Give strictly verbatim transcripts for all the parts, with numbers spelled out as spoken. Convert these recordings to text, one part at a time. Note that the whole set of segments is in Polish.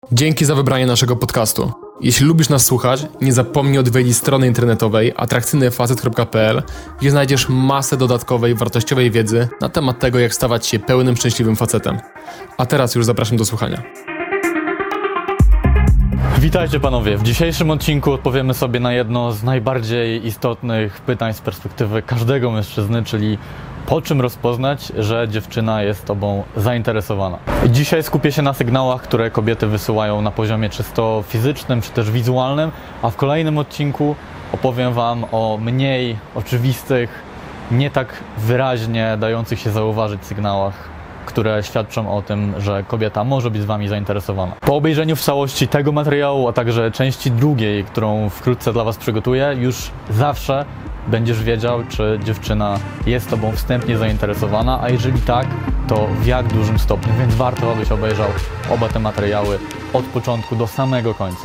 Dzięki za wybranie naszego podcastu. Jeśli lubisz nas słuchać, nie zapomnij odwiedzić strony internetowej atrakcyjny facet kropka p l, gdzie znajdziesz masę dodatkowej, wartościowej wiedzy na temat tego, jak stawać się pełnym, szczęśliwym facetem. A teraz już zapraszam do słuchania. Witajcie panowie, w dzisiejszym odcinku odpowiemy sobie na jedno z najbardziej istotnych pytań z perspektywy każdego mężczyzny, czyli po czym rozpoznać, że dziewczyna jest tobą zainteresowana. Dzisiaj skupię się na sygnałach, które kobiety wysyłają na poziomie czysto fizycznym czy też wizualnym, a w kolejnym odcinku opowiem wam o mniej oczywistych, nie tak wyraźnie dających się zauważyć sygnałach, które świadczą o tym, że kobieta może być z wami zainteresowana. Po obejrzeniu w całości tego materiału, a także części drugiej, którą wkrótce dla was przygotuję, już zawsze będziesz wiedział, czy dziewczyna jest tobą wstępnie zainteresowana, a jeżeli tak, to w jak dużym stopniu, więc warto, abyś obejrzał oba te materiały od początku do samego końca.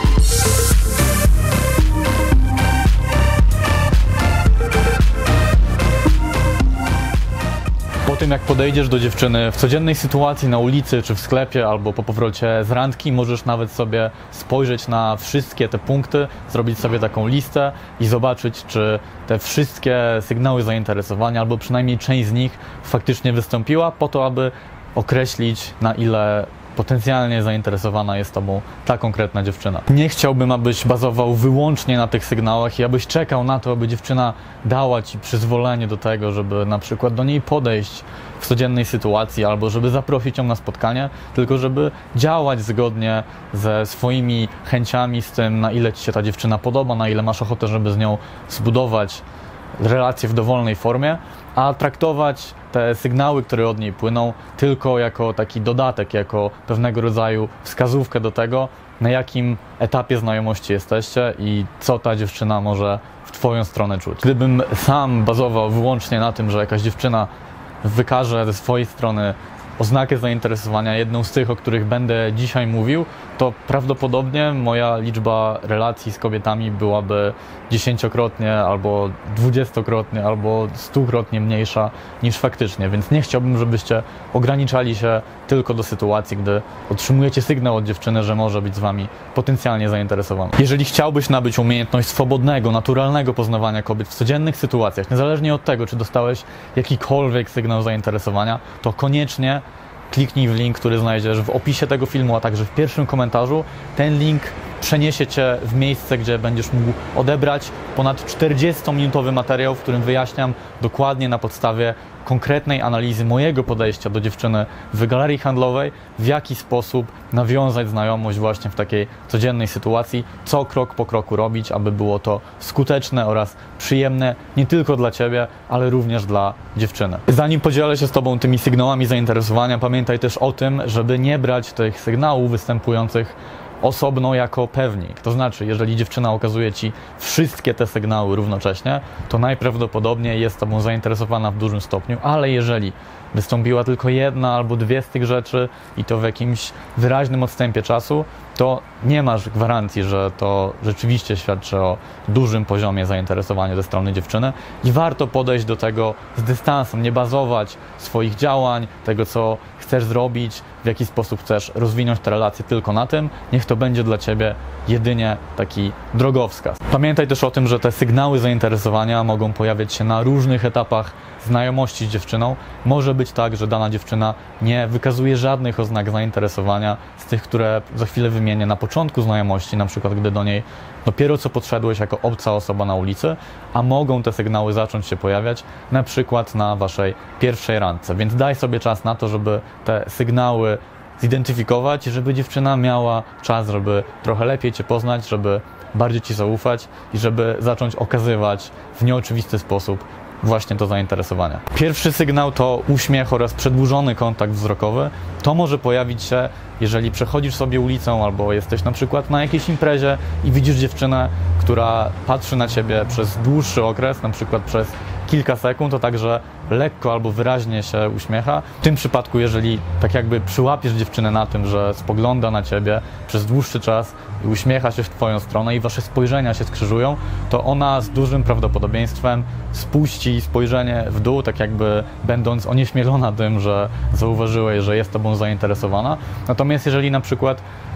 Po tym, jak podejdziesz do dziewczyny w codziennej sytuacji na ulicy, czy w sklepie, albo po powrocie z randki, możesz nawet sobie spojrzeć na wszystkie te punkty, zrobić sobie taką listę i zobaczyć, czy te wszystkie sygnały zainteresowania, albo przynajmniej część z nich faktycznie wystąpiła, po to, aby określić, na ile potencjalnie zainteresowana jest tobą ta konkretna dziewczyna. Nie chciałbym, abyś bazował wyłącznie na tych sygnałach i abyś czekał na to, aby dziewczyna dała ci przyzwolenie do tego, żeby na przykład do niej podejść w codziennej sytuacji albo żeby zaprosić ją na spotkanie, tylko żeby działać zgodnie ze swoimi chęciami, z tym, na ile ci się ta dziewczyna podoba, na ile masz ochotę, żeby z nią zbudować relacje w dowolnej formie, a traktować te sygnały, które od niej płyną, tylko jako taki dodatek, jako pewnego rodzaju wskazówkę do tego, na jakim etapie znajomości jesteście i co ta dziewczyna może w twoją stronę czuć. Gdybym sam bazował wyłącznie na tym, że jakaś dziewczyna wykaże ze swojej strony oznakę zainteresowania, jedną z tych, o których będę dzisiaj mówił, to prawdopodobnie moja liczba relacji z kobietami byłaby dziesięciokrotnie, albo dwudziestokrotnie, albo stukrotnie mniejsza niż faktycznie, więc nie chciałbym, żebyście ograniczali się tylko do sytuacji, gdy otrzymujecie sygnał od dziewczyny, że może być z wami potencjalnie zainteresowana. Jeżeli chciałbyś nabyć umiejętność swobodnego, naturalnego poznawania kobiet w codziennych sytuacjach, niezależnie od tego, czy dostałeś jakikolwiek sygnał zainteresowania, to koniecznie kliknij w link, który znajdziesz w opisie tego filmu, a także w pierwszym komentarzu. Ten link przeniesie cię w miejsce, gdzie będziesz mógł odebrać ponad czterdziestominutowy materiał, w którym wyjaśniam dokładnie na podstawie konkretnej analizy mojego podejścia do dziewczyny w galerii handlowej, w jaki sposób nawiązać znajomość właśnie w takiej codziennej sytuacji, co krok po kroku robić, aby było to skuteczne oraz przyjemne nie tylko dla ciebie, ale również dla dziewczyny. Zanim podzielę się z tobą tymi sygnałami zainteresowania, pamiętaj też o tym, żeby nie brać tych sygnałów występujących osobno jako pewnik. To znaczy, jeżeli dziewczyna okazuje ci wszystkie te sygnały równocześnie, to najprawdopodobniej jest tobą zainteresowana w dużym stopniu, ale jeżeli wystąpiła tylko jedna albo dwie z tych rzeczy i to w jakimś wyraźnym odstępie czasu, to nie masz gwarancji, że to rzeczywiście świadczy o dużym poziomie zainteresowania ze strony dziewczyny i warto podejść do tego z dystansem, nie bazować swoich działań, tego co chcesz zrobić, w jaki sposób chcesz rozwinąć te relacje tylko na tym. Niech to będzie dla ciebie jedynie taki drogowskaz. Pamiętaj też o tym, że te sygnały zainteresowania mogą pojawiać się na różnych etapach znajomości z dziewczyną. Może być tak, że dana dziewczyna nie wykazuje żadnych oznak zainteresowania z tych, które za chwilę wymienię na początku znajomości, na przykład gdy do niej dopiero co podszedłeś jako obca osoba na ulicy, a mogą te sygnały zacząć się pojawiać na przykład na waszej pierwszej randce, więc daj sobie czas na to, żeby te sygnały zidentyfikować, żeby dziewczyna miała czas, żeby trochę lepiej cię poznać, żeby bardziej ci zaufać i żeby zacząć okazywać w nieoczywisty sposób właśnie to zainteresowanie. Pierwszy sygnał to uśmiech oraz przedłużony kontakt wzrokowy. To może pojawić się, jeżeli przechodzisz sobie ulicą albo jesteś na przykład na jakiejś imprezie i widzisz dziewczynę, która patrzy na ciebie przez dłuższy okres, na przykład przez kilka sekund, to także lekko albo wyraźnie się uśmiecha. W tym przypadku, jeżeli tak jakby przyłapiesz dziewczynę na tym, że spogląda na ciebie przez dłuższy czas i uśmiecha się w twoją stronę i wasze spojrzenia się skrzyżują, to ona z dużym prawdopodobieństwem spuści spojrzenie w dół, tak jakby będąc onieśmielona tym, że zauważyłeś, że jest tobą zainteresowana. Natomiast jeżeli na przykład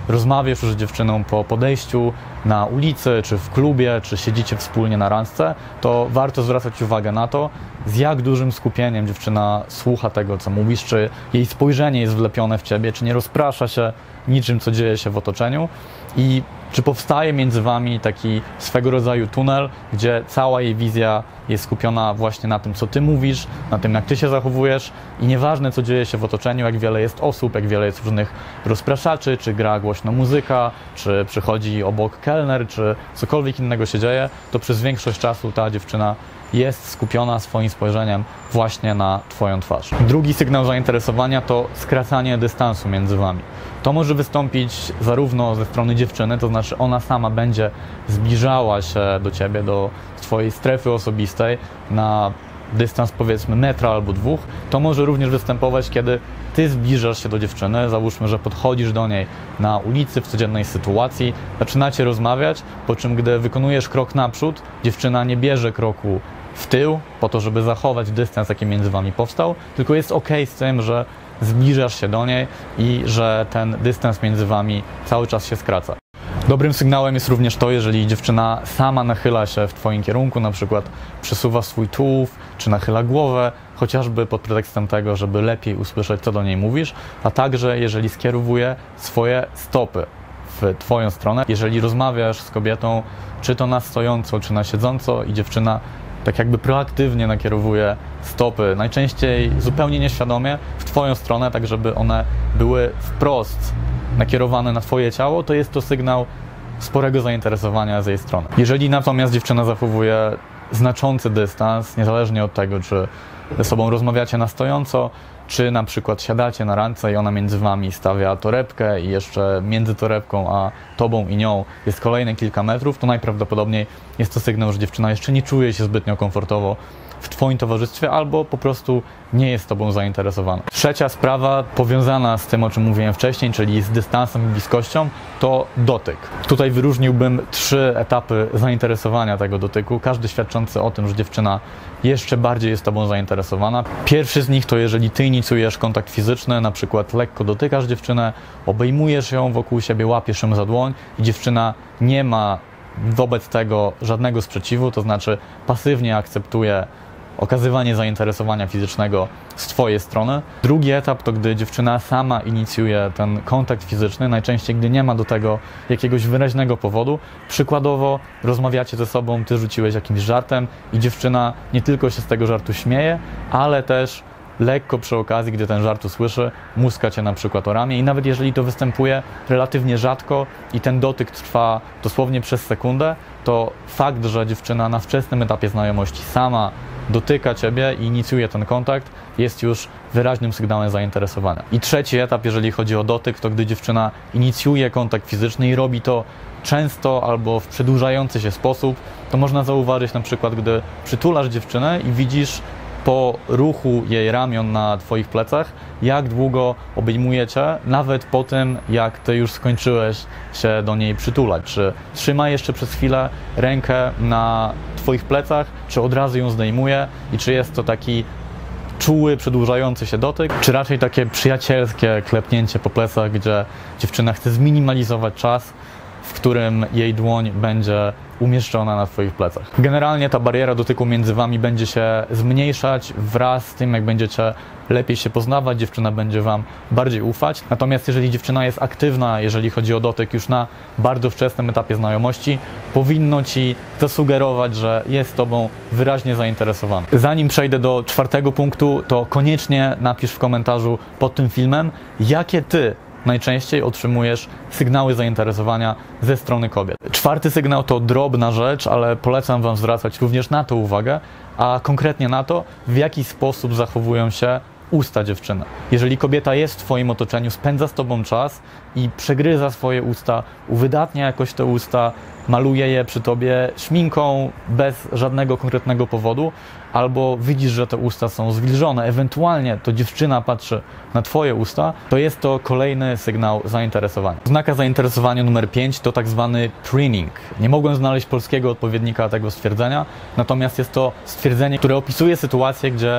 rozmawiasz już z dziewczyną po podejściu na ulicy, czy w klubie, czy siedzicie wspólnie na randce, to warto zwracać uwagę na to, z jak dużym skupieniem dziewczyna słucha tego, co mówisz, czy jej spojrzenie jest wlepione w ciebie, czy nie rozprasza się niczym, co dzieje się w otoczeniu i czy powstaje między wami taki swego rodzaju tunel, gdzie cała jej wizja jest skupiona właśnie na tym, co ty mówisz, na tym, jak ty się zachowujesz i nieważne, co dzieje się w otoczeniu, jak wiele jest osób, jak wiele jest różnych rozpraszaczy, czy gra głośno muzyka, czy przychodzi obok kelner, czy cokolwiek innego się dzieje, to przez większość czasu ta dziewczyna jest skupiona swoim spojrzeniem właśnie na twoją twarz. Drugi sygnał zainteresowania to skracanie dystansu między wami. To może wystąpić zarówno ze strony dziewczyny, to znaczy ona sama będzie zbliżała się do ciebie, do twojej strefy osobistej na dystans powiedzmy metra albo dwóch. To może również występować, kiedy ty zbliżasz się do dziewczyny, załóżmy, że podchodzisz do niej na ulicy w codziennej sytuacji, zaczynacie rozmawiać, po czym gdy wykonujesz krok naprzód, dziewczyna nie bierze kroku w tył po to, żeby zachować dystans, jaki między wami powstał, tylko jest ok z tym, że zbliżasz się do niej i że ten dystans między wami cały czas się skraca. Dobrym sygnałem jest również to, jeżeli dziewczyna sama nachyla się w twoim kierunku, na przykład przesuwa swój tułów, czy nachyla głowę, chociażby pod pretekstem tego, żeby lepiej usłyszeć, co do niej mówisz, a także jeżeli skierowuje swoje stopy w twoją stronę. Jeżeli rozmawiasz z kobietą, czy to na stojąco, czy na siedząco i dziewczyna tak jakby proaktywnie nakierowuje stopy, najczęściej zupełnie nieświadomie, w twoją stronę, tak żeby one były wprost nakierowane na twoje ciało, to jest to sygnał sporego zainteresowania z jej strony. Jeżeli natomiast dziewczyna zachowuje znaczący dystans, niezależnie od tego, czy ze sobą rozmawiacie na stojąco, czy na przykład siadacie na randce i ona między wami stawia torebkę i jeszcze między torebką a tobą i nią jest kolejne kilka metrów, to najprawdopodobniej jest to sygnał, że dziewczyna jeszcze nie czuje się zbytnio komfortowo w twoim towarzystwie albo po prostu nie jest tobą zainteresowana. Trzecia sprawa powiązana z tym, o czym mówiłem wcześniej, czyli z dystansem i bliskością, to dotyk. Tutaj wyróżniłbym trzy etapy zainteresowania tego dotyku, każdy świadczący o tym, że dziewczyna jeszcze bardziej jest tobą zainteresowana. Pierwszy z nich to jeżeli ty inicjujesz kontakt fizyczny, na przykład lekko dotykasz dziewczynę, obejmujesz ją wokół siebie, łapiesz ją za dłoń i dziewczyna nie ma wobec tego żadnego sprzeciwu, to znaczy pasywnie akceptuje okazywanie zainteresowania fizycznego z twojej strony. Drugi etap to gdy dziewczyna sama inicjuje ten kontakt fizyczny, najczęściej gdy nie ma do tego jakiegoś wyraźnego powodu. Przykładowo rozmawiacie ze sobą, ty rzuciłeś jakimś żartem i dziewczyna nie tylko się z tego żartu śmieje, ale też lekko przy okazji, gdy ten żart usłyszy, muska cię na przykład o ramię i nawet jeżeli to występuje relatywnie rzadko i ten dotyk trwa dosłownie przez sekundę, to fakt, że dziewczyna na wczesnym etapie znajomości sama dotyka ciebie i inicjuje ten kontakt, jest już wyraźnym sygnałem zainteresowania. I trzeci etap, jeżeli chodzi o dotyk, to gdy dziewczyna inicjuje kontakt fizyczny i robi to często albo w przedłużający się sposób, to można zauważyć na przykład, gdy przytulasz dziewczynę i widzisz po ruchu jej ramion na twoich plecach, jak długo obejmuje cię, nawet po tym, jak ty już skończyłeś się do niej przytulać. Czy trzyma jeszcze przez chwilę rękę na twoich plecach, czy od razu ją zdejmuje i czy jest to taki czuły, przedłużający się dotyk, czy raczej takie przyjacielskie klepnięcie po plecach, gdzie dziewczyna chce zminimalizować czas, w którym jej dłoń będzie umieszczona na twoich plecach. Generalnie ta bariera dotyku między wami będzie się zmniejszać wraz z tym, jak będziecie lepiej się poznawać, dziewczyna będzie wam bardziej ufać. Natomiast jeżeli dziewczyna jest aktywna, jeżeli chodzi o dotyk już na bardzo wczesnym etapie znajomości, powinno ci zasugerować, że jest tobą wyraźnie zainteresowana. Zanim przejdę do czwartego punktu, to koniecznie napisz w komentarzu pod tym filmem, jakie ty najczęściej otrzymujesz sygnały zainteresowania ze strony kobiet. Czwarty sygnał to drobna rzecz, ale polecam wam zwracać również na to uwagę, a konkretnie na to, w jaki sposób zachowują się usta dziewczyny. Jeżeli kobieta jest w twoim otoczeniu, spędza z tobą czas i przegryza swoje usta, uwydatnia jakoś te usta, maluje je przy tobie szminką bez żadnego konkretnego powodu, albo widzisz, że te usta są zwilżone, ewentualnie to dziewczyna patrzy na twoje usta, to jest to kolejny sygnał zainteresowania. Oznaka zainteresowania numer pięć to tak zwany preening. Nie mogłem znaleźć polskiego odpowiednika tego stwierdzenia, natomiast jest to stwierdzenie, które opisuje sytuację, gdzie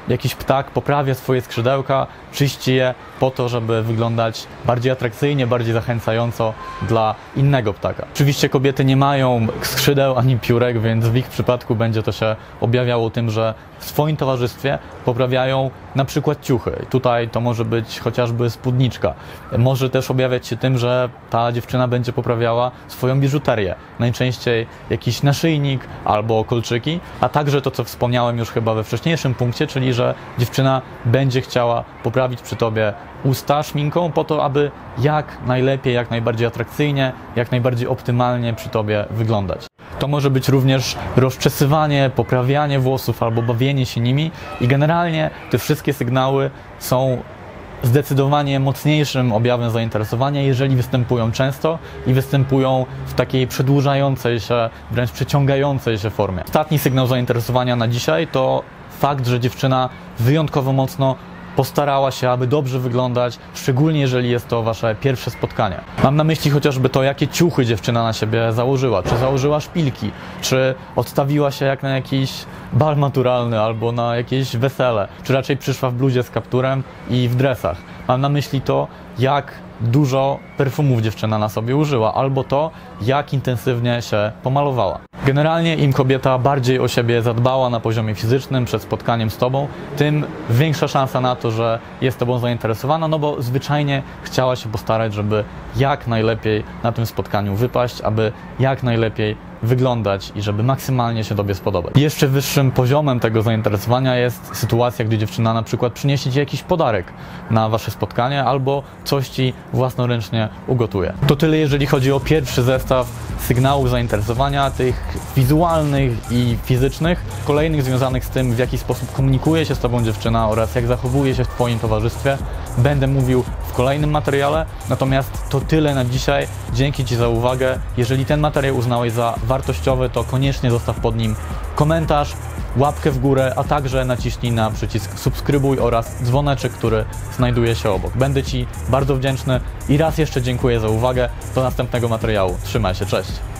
jakiś ptak poprawia swoje skrzydełka, czyści je po to, żeby wyglądać bardziej atrakcyjnie, bardziej zachęcająco dla innego ptaka. Oczywiście kobiety nie mają skrzydeł ani piórek, więc w ich przypadku będzie to się objawiało tym, że w swoim towarzystwie poprawiają na przykład ciuchy. Tutaj to może być chociażby spódniczka. Może też objawiać się tym, że ta dziewczyna będzie poprawiała swoją biżuterię. Najczęściej jakiś naszyjnik albo kolczyki, a także to, co wspomniałem już chyba we wcześniejszym punkcie, czyli że dziewczyna będzie chciała poprawić przy tobie usta szminką po to, aby jak najlepiej, jak najbardziej atrakcyjnie, jak najbardziej optymalnie przy tobie wyglądać. To może być również rozczesywanie, poprawianie włosów albo bawienie się nimi i generalnie te wszystkie sygnały są zdecydowanie mocniejszym objawem zainteresowania, jeżeli występują często i występują w takiej przedłużającej się, wręcz przeciągającej się formie. Ostatni sygnał zainteresowania na dzisiaj to fakt, że dziewczyna wyjątkowo mocno postarała się, aby dobrze wyglądać, szczególnie jeżeli jest to wasze pierwsze spotkanie. Mam na myśli chociażby to, jakie ciuchy dziewczyna na siebie założyła, czy założyła szpilki, czy odstawiła się jak na jakiś bal maturalny albo na jakieś wesele, czy raczej przyszła w bluzie z kapturem i w dresach. Mam na myśli to, jak dużo perfumów dziewczyna na sobie użyła, albo to, jak intensywnie się pomalowała. Generalnie im kobieta bardziej o siebie zadbała na poziomie fizycznym przed spotkaniem z tobą, tym większa szansa na to, że jest tobą zainteresowana, no bo zwyczajnie chciała się postarać, żeby jak najlepiej na tym spotkaniu wypaść, aby jak najlepiej wyglądać i żeby maksymalnie się tobie spodobać. Jeszcze wyższym poziomem tego zainteresowania jest sytuacja, gdy dziewczyna na przykład przyniesie ci jakiś podarek na wasze spotkanie albo coś ci własnoręcznie ugotuje. To tyle, jeżeli chodzi o pierwszy zestaw sygnałów zainteresowania, tych wizualnych i fizycznych, kolejnych związanych z tym, w jaki sposób komunikuje się z tobą dziewczyna oraz jak zachowuje się w twoim towarzystwie, będę mówił w kolejnym materiale, natomiast to tyle na dzisiaj. Dzięki ci za uwagę. Jeżeli ten materiał uznałeś za wartościowy, to koniecznie zostaw pod nim komentarz, łapkę w górę, a także naciśnij na przycisk subskrybuj oraz dzwoneczek, który znajduje się obok. Będę ci bardzo wdzięczny i raz jeszcze dziękuję za uwagę. Do następnego materiału. Trzymaj się, cześć!